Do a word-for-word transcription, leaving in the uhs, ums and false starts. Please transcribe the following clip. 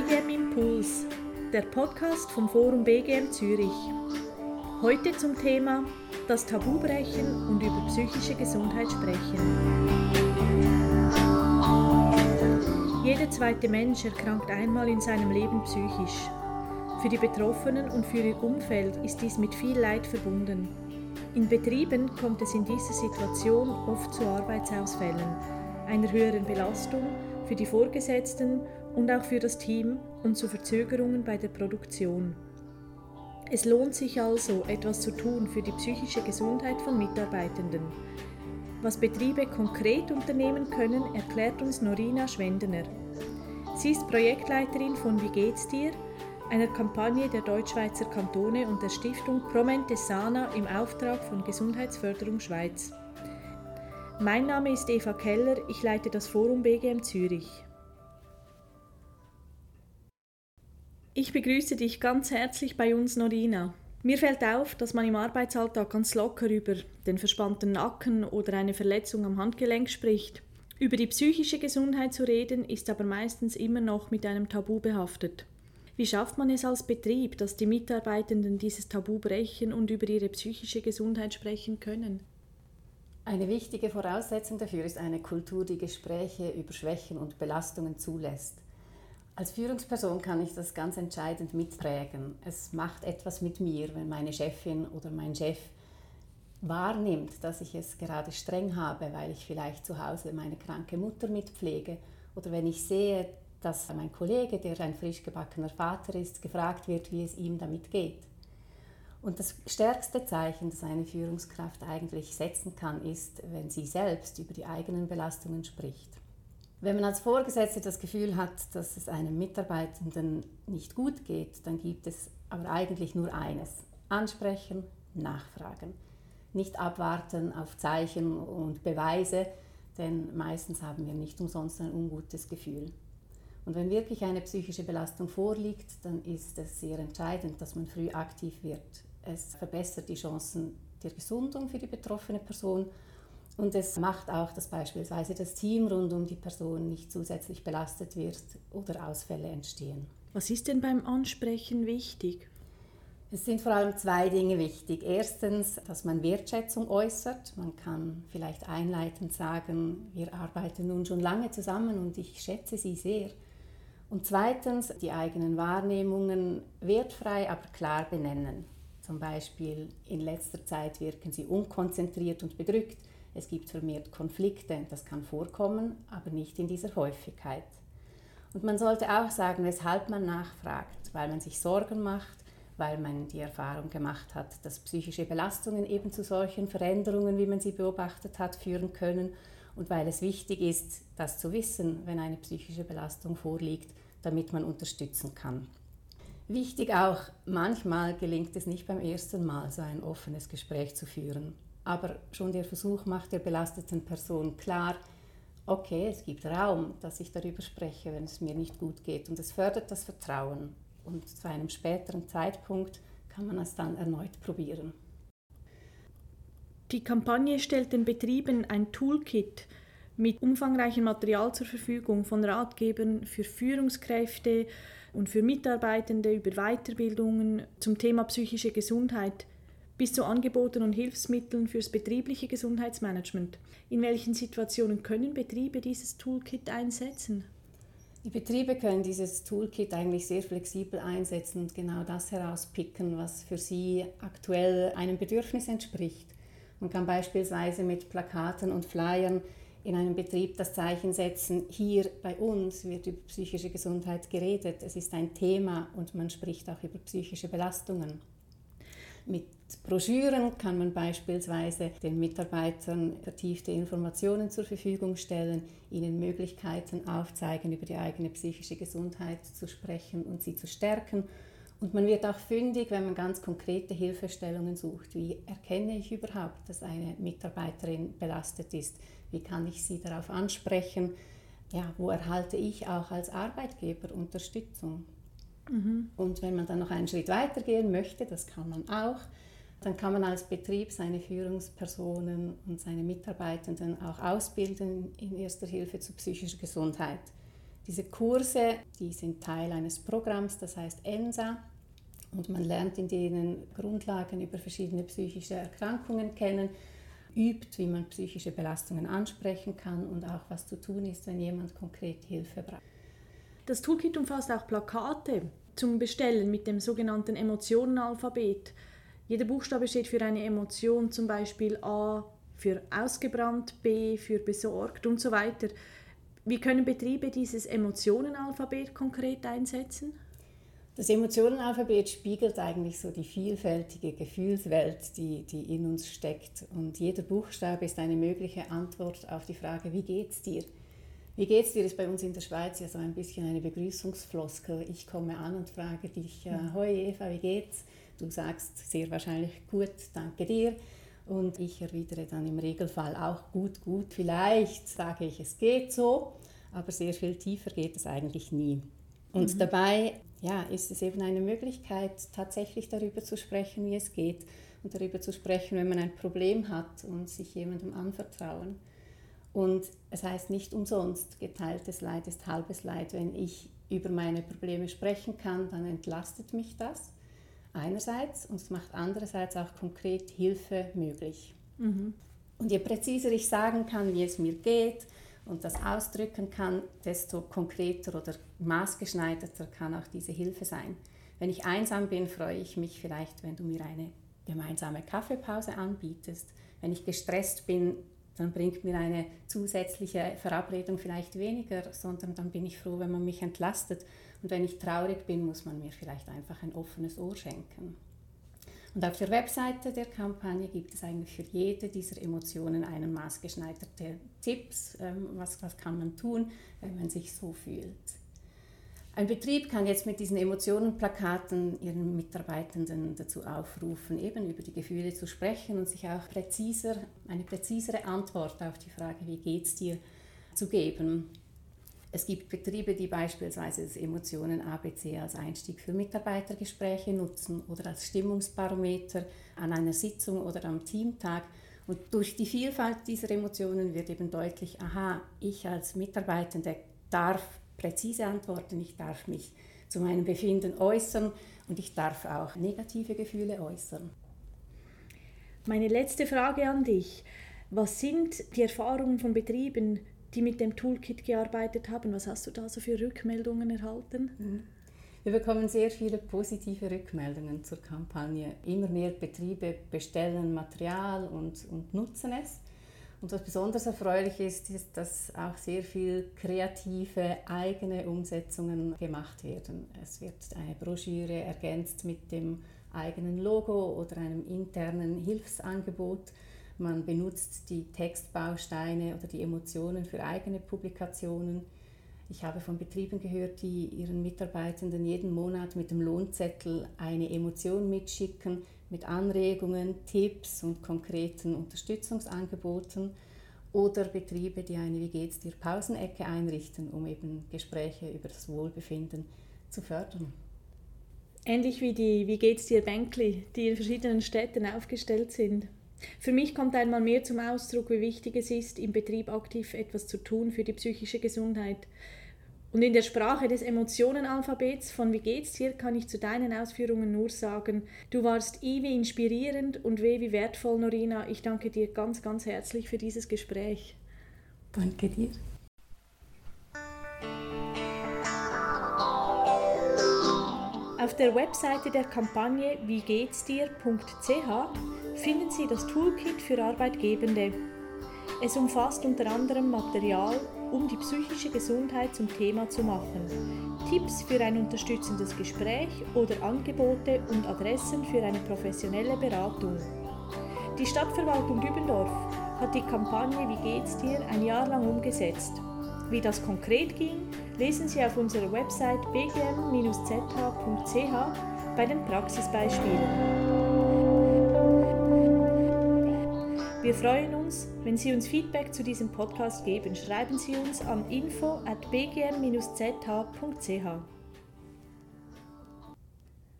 B G M Impuls, der Podcast vom Forum B G M Zürich. Heute zum Thema das Tabu brechen und über psychische Gesundheit sprechen. Jeder zweite Mensch erkrankt einmal in seinem Leben psychisch. Für die Betroffenen und für ihr Umfeld ist dies mit viel Leid verbunden. In Betrieben kommt es in dieser Situation oft zu Arbeitsausfällen, einer höheren Belastung für die Vorgesetzten und auch für das Team und zu Verzögerungen bei der Produktion. Es lohnt sich also, etwas zu tun für die psychische Gesundheit von Mitarbeitenden. Was Betriebe konkret unternehmen können, erklärt uns Norina Schwendener. Sie ist Projektleiterin von Wie geht's dir?, einer Kampagne der Deutschschweizer Kantone und der Stiftung Promente Sana im Auftrag von Gesundheitsförderung Schweiz. Mein Name ist Eva Keller, ich leite das Forum B G M Zürich. Ich begrüße dich ganz herzlich bei uns, Norina. Mir fällt auf, dass man im Arbeitsalltag ganz locker über den verspannten Nacken oder eine Verletzung am Handgelenk spricht. Über die psychische Gesundheit zu reden, ist aber meistens immer noch mit einem Tabu behaftet. Wie schafft man es als Betrieb, dass die Mitarbeitenden dieses Tabu brechen und über ihre psychische Gesundheit sprechen können? Eine wichtige Voraussetzung dafür ist eine Kultur, die Gespräche über Schwächen und Belastungen zulässt. Als Führungsperson kann ich das ganz entscheidend mitprägen. Es macht etwas mit mir, wenn meine Chefin oder mein Chef wahrnimmt, dass ich es gerade streng habe, weil ich vielleicht zu Hause meine kranke Mutter mitpflege, oder wenn ich sehe, dass mein Kollege, der ein frisch gebackener Vater ist, gefragt wird, wie es ihm damit geht. Und das stärkste Zeichen, das eine Führungskraft eigentlich setzen kann, ist, wenn sie selbst über die eigenen Belastungen spricht. Wenn man als Vorgesetzte das Gefühl hat, dass es einem Mitarbeitenden nicht gut geht, dann gibt es aber eigentlich nur eines: ansprechen, nachfragen. Nicht abwarten auf Zeichen und Beweise, denn meistens haben wir nicht umsonst ein ungutes Gefühl. Und wenn wirklich eine psychische Belastung vorliegt, dann ist es sehr entscheidend, dass man früh aktiv wird. Es verbessert die Chancen der Gesundung für die betroffene Person und es macht auch, dass beispielsweise das Team rund um die Person nicht zusätzlich belastet wird oder Ausfälle entstehen. Was ist denn beim Ansprechen wichtig? Es sind vor allem zwei Dinge wichtig. Erstens, dass man Wertschätzung äußert. Man kann vielleicht einleitend sagen, wir arbeiten nun schon lange zusammen und ich schätze Sie sehr. Und zweitens, die eigenen Wahrnehmungen wertfrei, aber klar benennen. Zum Beispiel, in letzter Zeit wirken Sie unkonzentriert und bedrückt. Es gibt vermehrt Konflikte, das kann vorkommen, aber nicht in dieser Häufigkeit. Und man sollte auch sagen, weshalb man nachfragt, weil man sich Sorgen macht, weil man die Erfahrung gemacht hat, dass psychische Belastungen eben zu solchen Veränderungen, wie man sie beobachtet hat, führen können und weil es wichtig ist, das zu wissen, wenn eine psychische Belastung vorliegt, damit man unterstützen kann. Wichtig auch, manchmal gelingt es nicht beim ersten Mal, so ein offenes Gespräch zu führen. Aber schon der Versuch macht der belasteten Person klar, okay, es gibt Raum, dass ich darüber spreche, wenn es mir nicht gut geht. Und es fördert das Vertrauen. Und zu einem späteren Zeitpunkt kann man es dann erneut probieren. Die Kampagne stellt den Betrieben ein Toolkit mit umfangreichem Material zur Verfügung, von Ratgebern für Führungskräfte und für Mitarbeitende über Weiterbildungen zum Thema psychische Gesundheit bis zu Angeboten und Hilfsmitteln fürs betriebliche Gesundheitsmanagement. In welchen Situationen können Betriebe dieses Toolkit einsetzen? Die Betriebe können dieses Toolkit eigentlich sehr flexibel einsetzen und genau das herauspicken, was für sie aktuell einem Bedürfnis entspricht. Man kann beispielsweise mit Plakaten und Flyern in einem Betrieb das Zeichen setzen, hier bei uns wird über psychische Gesundheit geredet, es ist ein Thema und man spricht auch über psychische Belastungen. Mit Broschüren kann man beispielsweise den Mitarbeitern vertiefte Informationen zur Verfügung stellen, ihnen Möglichkeiten aufzeigen, über die eigene psychische Gesundheit zu sprechen und sie zu stärken. Und man wird auch fündig, wenn man ganz konkrete Hilfestellungen sucht. Wie erkenne ich überhaupt, dass eine Mitarbeiterin belastet ist? Wie kann ich sie darauf ansprechen? Ja, wo erhalte ich auch als Arbeitgeber Unterstützung? Mhm. Und wenn man dann noch einen Schritt weiter gehen möchte, das kann man auch, dann kann man als Betrieb seine Führungspersonen und seine Mitarbeitenden auch ausbilden in Erster Hilfe zur psychischen Gesundheit. Diese Kurse, die sind Teil eines Programms, das heißt ENSA, und man lernt in denen Grundlagen über verschiedene psychische Erkrankungen kennen, übt, wie man psychische Belastungen ansprechen kann und auch was zu tun ist, wenn jemand konkret Hilfe braucht. Das Toolkit umfasst auch Plakate zum Bestellen mit dem sogenannten Emotionenalphabet. Jeder Buchstabe steht für eine Emotion, zum Beispiel A für ausgebrannt, B für besorgt und so weiter. Wie können Betriebe dieses Emotionenalphabet konkret einsetzen? Das Emotionenalphabet spiegelt eigentlich so die vielfältige Gefühlswelt, die, die in uns steckt. Und jeder Buchstabe ist eine mögliche Antwort auf die Frage, wie geht's dir? Wie geht's dir ist bei uns in der Schweiz ja so ein bisschen eine Begrüßungsfloskel. Ich komme an und frage dich, hoi Eva, wie geht's? Du sagst sehr wahrscheinlich gut, danke dir. Und ich erwidere dann im Regelfall auch gut, gut. Vielleicht sage ich, es geht so, aber sehr viel tiefer geht es eigentlich nie. Und mhm. dabei ja, ist es eben eine Möglichkeit, tatsächlich darüber zu sprechen, wie es geht. Und darüber zu sprechen, wenn man ein Problem hat und sich jemandem anvertrauen. Und es heißt nicht umsonst, geteiltes Leid ist halbes Leid. Wenn ich über meine Probleme sprechen kann, dann entlastet mich das einerseits und es macht andererseits auch konkret Hilfe möglich. Mhm. Und je präziser ich sagen kann, wie es mir geht und das ausdrücken kann, desto konkreter oder maßgeschneiderter kann auch diese Hilfe sein. Wenn ich einsam bin, freue ich mich vielleicht, wenn du mir eine gemeinsame Kaffeepause anbietest. Wenn ich gestresst bin, dann bringt mir eine zusätzliche Verabredung vielleicht weniger, sondern dann bin ich froh, wenn man mich entlastet. Und wenn ich traurig bin, muss man mir vielleicht einfach ein offenes Ohr schenken. Und auf der Webseite der Kampagne gibt es eigentlich für jede dieser Emotionen einen maßgeschneiderte Tipps, ähm, was, was kann man tun, wenn man sich so fühlt. Ein Betrieb kann jetzt mit diesen Emotionenplakaten ihren Mitarbeitenden dazu aufrufen, eben über die Gefühle zu sprechen und sich auch präziser, eine präzisere Antwort auf die Frage, wie geht's dir, zu geben. Es gibt Betriebe, die beispielsweise das Emotionen-A B C als Einstieg für Mitarbeitergespräche nutzen oder als Stimmungsbarometer an einer Sitzung oder am Teamtag. Und durch die Vielfalt dieser Emotionen wird eben deutlich, aha, ich als Mitarbeitende darf präzise antworten, ich darf mich zu meinem Befinden äußern und ich darf auch negative Gefühle äußern. Meine letzte Frage an dich. Was sind die Erfahrungen von Betrieben, die mit dem Toolkit gearbeitet haben? Was hast du da so für Rückmeldungen erhalten? Wir bekommen sehr viele positive Rückmeldungen zur Kampagne. Immer mehr Betriebe bestellen Material und, und nutzen es. Und was besonders erfreulich ist, ist, dass auch sehr viel kreative eigene Umsetzungen gemacht werden. Es wird eine Broschüre ergänzt mit dem eigenen Logo oder einem internen Hilfsangebot. Man benutzt die Textbausteine oder die Emotionen für eigene Publikationen. Ich habe von Betrieben gehört, die ihren Mitarbeitenden jeden Monat mit dem Lohnzettel eine Emotion mitschicken, mit Anregungen, Tipps und konkreten Unterstützungsangeboten. Oder Betriebe, die eine Wie geht's dir Pausenecke einrichten, um eben Gespräche über das Wohlbefinden zu fördern. Ähnlich wie die Wie geht's dir Bänkli, die in verschiedenen Städten aufgestellt sind. Für mich kommt einmal mehr zum Ausdruck, wie wichtig es ist, im Betrieb aktiv etwas zu tun für die psychische Gesundheit. Und in der Sprache des Emotionenalphabets von Wie geht's dir kann ich zu deinen Ausführungen nur sagen, du warst I wie inspirierend und W wie wertvoll, Norina. Ich danke dir ganz, ganz herzlich für dieses Gespräch. Danke dir. Auf der Webseite der Kampagne wie geht's dir punkt c h finden Sie das Toolkit für Arbeitgebende. Es umfasst unter anderem Material, um die psychische Gesundheit zum Thema zu machen, Tipps für ein unterstützendes Gespräch oder Angebote und Adressen für eine professionelle Beratung. Die Stadtverwaltung Dübendorf hat die Kampagne Wie geht's dir ein Jahr lang umgesetzt. Wie das konkret ging, lesen Sie auf unserer Website b g m Bindestrich z h punkt c h bei den Praxisbeispielen. Wir freuen uns, wenn Sie uns Feedback zu diesem Podcast geben. Schreiben Sie uns an info at b g m Bindestrich z h punkt c h.